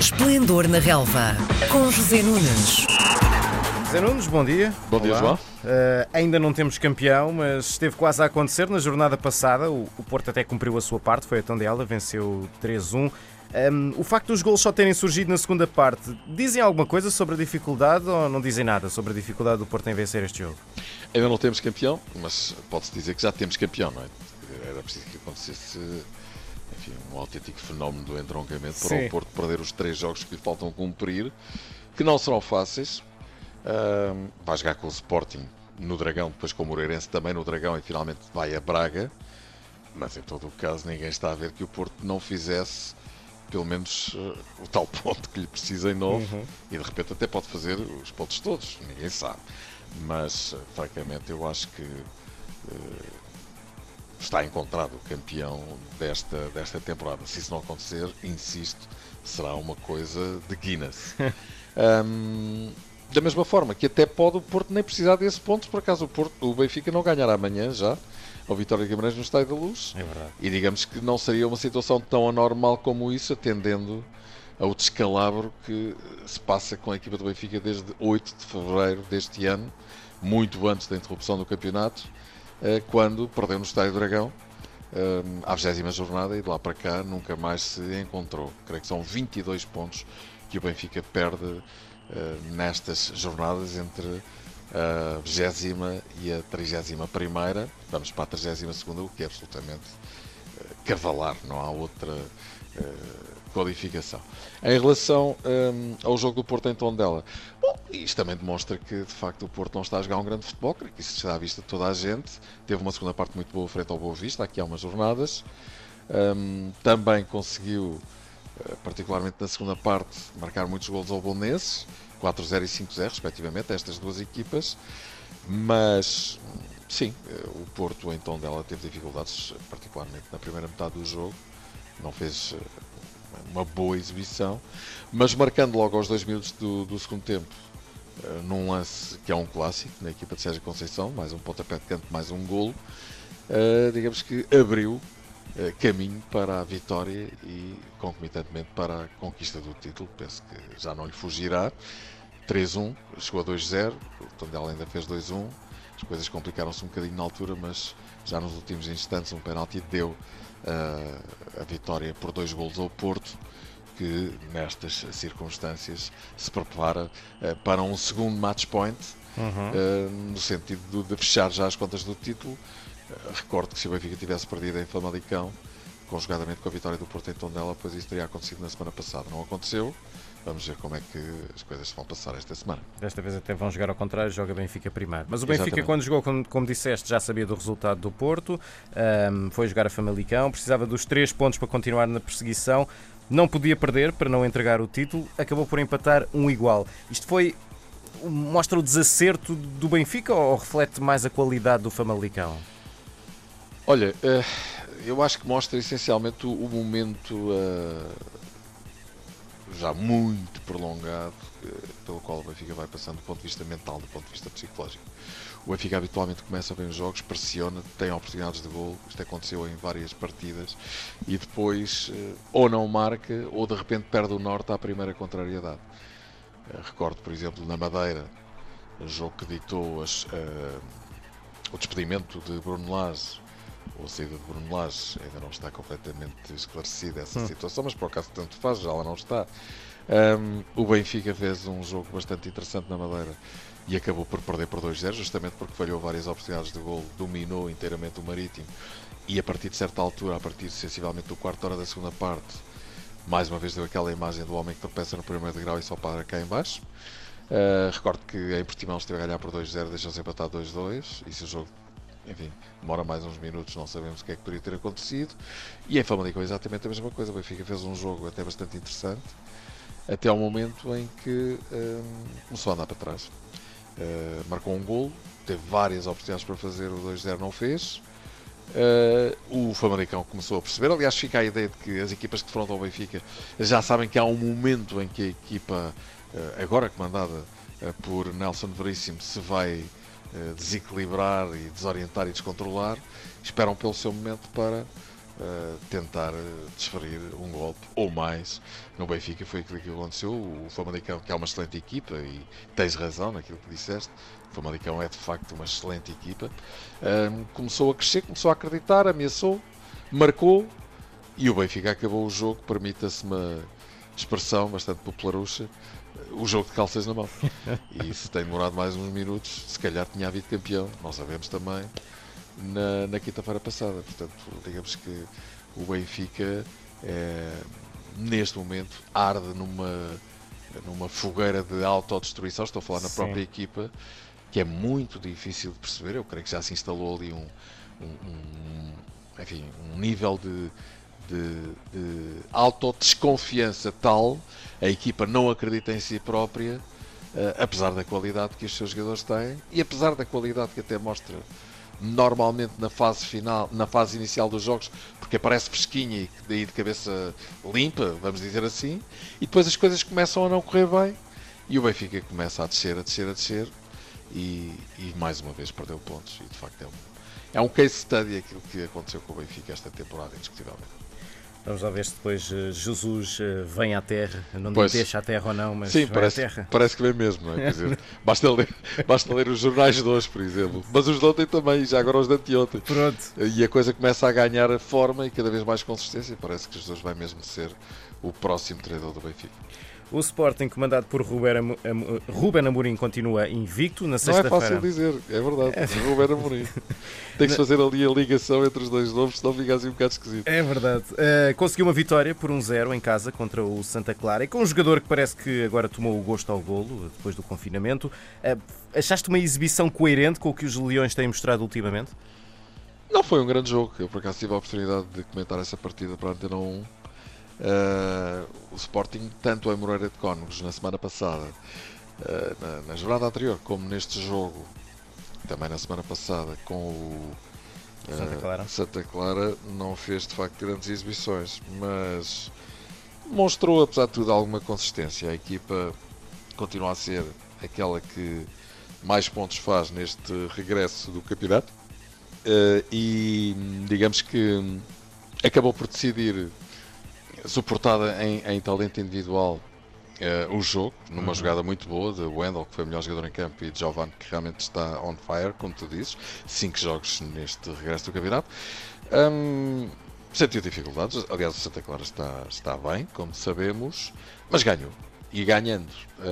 Esplendor na Relva, com José Nunes. José Nunes, bom dia. Bom dia, João. Ainda não temos campeão, mas esteve quase a acontecer na jornada passada. O Porto até cumpriu a sua parte, foi a Tondela, venceu 3-1. O facto dos golos só terem surgido na segunda parte, dizem alguma coisa sobre a dificuldade ou não dizem nada sobre a dificuldade do Porto em vencer este jogo? Ainda não temos campeão, mas pode-se dizer que já temos campeão, não é? Era preciso que acontecesse, enfim, um autêntico fenómeno do entroncamento para o Porto perder os 3 jogos que lhe faltam cumprir, que não serão fáceis. Vai jogar com o Sporting no Dragão, depois com o Moreirense também no Dragão e finalmente vai a Braga. Mas em todo o caso ninguém está a ver que o Porto não fizesse pelo menos o tal ponto que lhe precisa em 9 e de repente até pode fazer os pontos todos, ninguém sabe. Mas francamente eu acho que está encontrado o campeão desta temporada. Se isso não acontecer, insisto, será uma coisa de Guinness. Da mesma forma que até pode o Porto nem precisar desses pontos, por acaso o Benfica não ganhar amanhã já ao Vitória de Guimarães no Estádio da Luz. É verdade. E digamos que não seria uma situação tão anormal como isso, atendendo ao descalabro que se passa com a equipa do Benfica desde 8 de fevereiro deste ano, muito antes da interrupção do campeonato, quando perdeu no Estádio do Dragão à 20ª jornada e de lá para cá nunca mais se encontrou. Creio que são 22 pontos que o Benfica perde nestas jornadas entre a 20ª e a 31ª. Vamos para a 32ª, o que é absolutamente cavalar, não há outra qualificação. Em relação ao jogo do Porto em Tondela, bom, isto também demonstra que de facto o Porto não está a jogar um grande futebol, creio que isso está à vista de toda a gente. Teve uma segunda parte muito boa frente ao Boa Vista, aqui há umas jornadas. Também conseguiu, particularmente na segunda parte, marcar muitos golos ao Belenenses, 4-0 e 5-0 respectivamente, estas duas equipas. Mas sim, o Porto em Tondela teve dificuldades, particularmente na primeira metade do jogo, não fez uma boa exibição, mas marcando logo aos 2 minutos do segundo tempo, num lance que é um clássico na equipa de Sérgio Conceição, mais um pontapé de canto, mais um golo, digamos que abriu caminho para a vitória e concomitantemente para a conquista do título. Penso que já não lhe fugirá. 3-1, chegou a 2-0, o Tondela ainda fez 2-1, as coisas complicaram-se um bocadinho na altura, mas já nos últimos instantes um penalti deu a vitória por 2 golos ao Porto, que nestas circunstâncias se prepara para um segundo match point, no sentido de fechar já as contas do título. Recordo que se o Benfica tivesse perdido em Famalicão, conjugadamente com a vitória do Porto em Tondela, pois isso teria acontecido na semana passada. Não aconteceu. Vamos ver como é que as coisas vão passar esta semana. Desta vez até vão jogar ao contrário, joga Benfica primeiro. Mas o Benfica, Exatamente, quando jogou, como disseste, já sabia do resultado do Porto, foi jogar a Famalicão, precisava dos 3 pontos para continuar na perseguição, não podia perder para não entregar o título, acabou por empatar um igual. Isto mostra o desacerto do Benfica ou reflete mais a qualidade do Famalicão? Olha, eu acho que mostra essencialmente o momento já muito prolongado pelo qual o Benfica vai passando do ponto de vista mental, do ponto de vista psicológico. O Benfica habitualmente começa bem os jogos, pressiona, tem oportunidades de golo, isto aconteceu em várias partidas, e depois ou não marca ou de repente perde o norte à primeira contrariedade. Recordo, por exemplo, na Madeira, o jogo que ditou o despedimento de Bruno Lage, ou a saída de Bruno Lage, ainda não está completamente esclarecida essa situação, mas por acaso tanto faz, já lá não está. O Benfica fez um jogo bastante interessante na Madeira e acabou por perder por 2-0, justamente porque falhou várias oportunidades de golo, dominou inteiramente o Marítimo e a partir de certa altura, a partir sensivelmente do quarto hora da segunda parte, mais uma vez deu aquela imagem do homem que tropeça no primeiro degrau e só para cá em baixo. Recordo que em Portimão esteve a ganhar por 2-0, deixou-se empatar 2-2, e se o jogo, enfim, demora mais uns minutos, não sabemos o que é que poderia ter acontecido. E em Famalicão exatamente a mesma coisa. O Benfica fez um jogo até bastante interessante, até ao momento em que começou a andar para trás. Marcou um golo, teve várias oportunidades para fazer, o 2-0 não fez. O Famalicão começou a perceber, aliás fica a ideia de que as equipas que defrontam o Benfica já sabem que há um momento em que a equipa, agora comandada por Nelson Veríssimo, se vai desequilibrar e desorientar e descontrolar, esperam pelo seu momento para tentar desferir um golpe ou mais no Benfica. Foi aquilo que aconteceu. O Famalicão, que é uma excelente equipa, e tens razão naquilo que disseste, o Famalicão é de facto uma excelente equipa, começou a crescer, começou a acreditar, ameaçou, marcou, e o Benfica acabou o jogo, permita-se uma expressão bastante popularucha, o jogo de calças na mão. E se tem demorado mais uns minutos, se calhar tinha havido campeão, nós sabemos também, na quinta-feira passada. Portanto, digamos que o Benfica neste momento arde numa fogueira de autodestruição. Estou a falar na própria equipa, que é muito difícil de perceber. Eu creio que já se instalou ali um nível de autodesconfiança tal, a equipa não acredita em si própria, apesar da qualidade que os seus jogadores têm, e apesar da qualidade que até mostra normalmente na fase final, na fase inicial dos jogos, porque aparece fresquinha e daí de cabeça limpa, vamos dizer assim, e depois as coisas começam a não correr bem e o Benfica começa a descer e mais uma vez perdeu pontos. E de facto é um case study aquilo que aconteceu com o Benfica esta temporada, indiscutivelmente. Vamos lá ver se depois Jesus vem à Terra, não Pois. deixa a Terra ou não, mas Sim, vem à Terra. parece que vem mesmo, não é? Quer dizer, basta ler os jornais de hoje, por exemplo, mas os de ontem também, já agora os de anteontem. Pronto. E a coisa começa a ganhar forma e cada vez mais consistência, e parece que Jesus vai mesmo ser o próximo treinador do Benfica. O Sporting, comandado por Ruben Amorim, continua invicto na Não é sexta-feira. fácil dizer, é verdade, Ruben Amorim. Tem que se fazer ali a ligação entre os dois nomes, senão fica assim um bocado esquisito. É verdade. Conseguiu uma vitória por 1-0 em casa contra o Santa Clara, e com um jogador que parece que agora tomou o gosto ao golo depois do confinamento. Achaste uma exibição coerente com o que os Leões têm mostrado ultimamente? Não foi um grande jogo, eu por acaso tive a oportunidade de comentar essa partida para a Antena 1. O Sporting, tanto em Moreira de Cónegos na semana passada, na jornada anterior, como neste jogo, também na semana passada, com o Santa Clara, não fez de facto grandes exibições, mas mostrou, apesar de tudo, alguma consistência. A equipa continua a ser aquela que mais pontos faz neste regresso do campeonato, e digamos que acabou por decidir, suportada em talento individual, o jogo, numa jogada muito boa de Wendel, que foi o melhor jogador em campo, e de Giovanni, que realmente está on fire, como tu dizes. 5 jogos neste regresso do campeonato. Sentiu dificuldades, aliás o Santa Clara está bem, como sabemos, mas ganhou. E ganhando,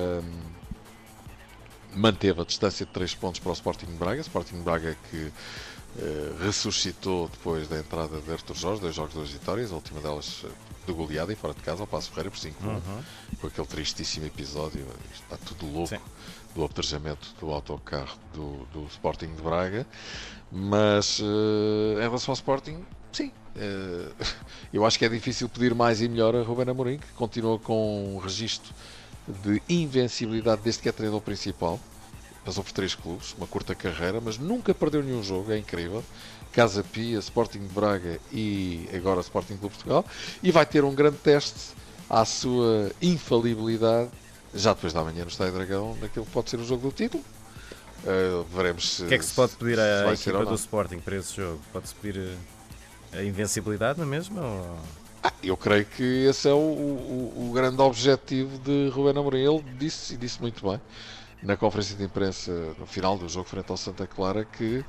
manteve a distância de 3 pontos para o Sporting de Braga. Sporting de Braga que ressuscitou depois da entrada de Artur Jorge, 2 jogos, 2 vitórias, a última delas de goleada e fora de casa ao Paço Ferreira por 5-1, com aquele tristíssimo episódio, está tudo louco. Sim. Do apedrejamento do autocarro do Sporting de Braga. Mas em relação ao Sporting, sim, eu acho que é difícil pedir mais e melhor a Ruben Amorim, que continua com um registro de invencibilidade desde que é treinador principal. Passou por 3 clubes, uma curta carreira, mas nunca perdeu nenhum jogo, é incrível. Casa Pia, Sporting de Braga e agora Sporting Clube Portugal. E vai ter um grande teste à sua infalibilidade, já depois da manhã no Estádio Dragão, naquilo que pode ser o jogo do título. Veremos se... O que é que se pode pedir à equipa do Sporting para esse jogo? Pode-se pedir a invencibilidade na mesma? Ou... eu creio que esse é o grande objetivo de Ruben Amorim. Ele disse, e disse muito bem, na conferência de imprensa no final do jogo frente ao Santa Clara, que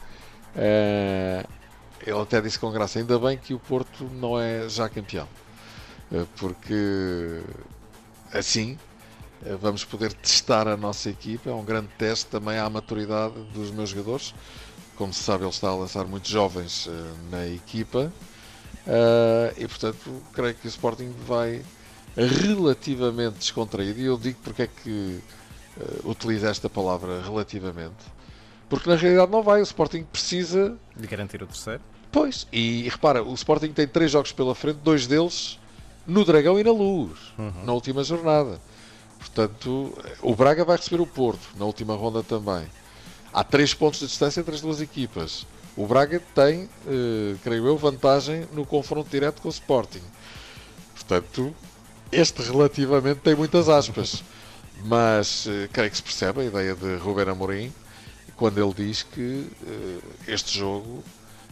ele até disse com graça, ainda bem que o Porto não é já campeão, porque assim vamos poder testar a nossa equipa. É um grande teste também à maturidade dos meus jogadores. Como se sabe, ele está a lançar muitos jovens na equipa, e portanto creio que o Sporting vai relativamente descontraído. E eu digo porque é que utilizo esta palavra relativamente, porque na realidade não vai. O Sporting precisa de garantir o terceiro. Pois, e repara, o Sporting tem 3 jogos pela frente, 2 deles no Dragão e na Luz, na última jornada. Portanto, o Braga vai receber o Porto na última ronda também. Há 3 pontos de distância entre as duas equipas. O Braga tem, creio eu, vantagem no confronto direto com o Sporting. Portanto, este relativamente tem muitas aspas. Mas creio que se percebe a ideia de Ruben Amorim quando ele diz que este jogo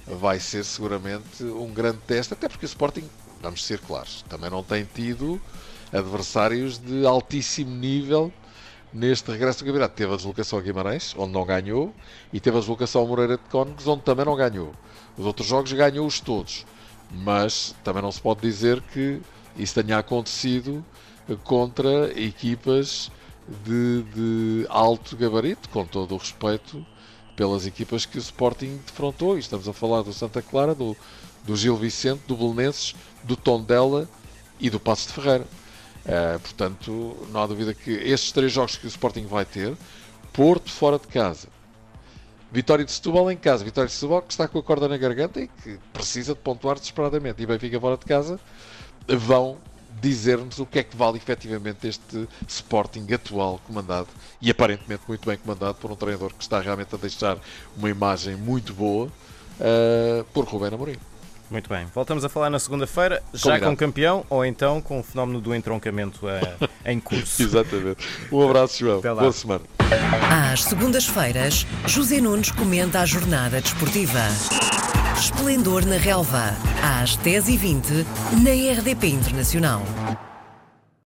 vai ser seguramente um grande teste, até porque o Sporting, vamos ser claros, também não tem tido adversários de altíssimo nível neste regresso do campeonato. Teve a deslocação a Guimarães, onde não ganhou, e teve a deslocação a Moreira de Cónegos, onde também não ganhou. Os outros jogos ganhou-os todos, mas também não se pode dizer que isso tenha acontecido contra equipas de alto gabarito, com todo o respeito pelas equipas que o Sporting defrontou. E estamos a falar do Santa Clara, do Gil Vicente, do Belenenses, do Tondela e do Paços de Ferreira. Portanto, não há dúvida que estes 3 jogos que o Sporting vai ter, Porto fora de casa, Vitória de Setúbal em casa, Vitória de Setúbal que está com a corda na garganta e que precisa de pontuar desesperadamente, e Benfica fora de casa, vão dizer-nos o que é que vale efetivamente este Sporting atual, comandado e aparentemente muito bem comandado por um treinador que está realmente a deixar uma imagem muito boa, por Rubén Amorim. Muito bem, voltamos a falar na segunda-feira, já Combinado. com campeão ou então com o fenómeno do entroncamento em curso. Exatamente. Um abraço, João. Até lá. Boa semana. Às segundas-feiras, José Nunes comenta a jornada desportiva. Esplendor na Relva, às 10h20, na RDP Internacional.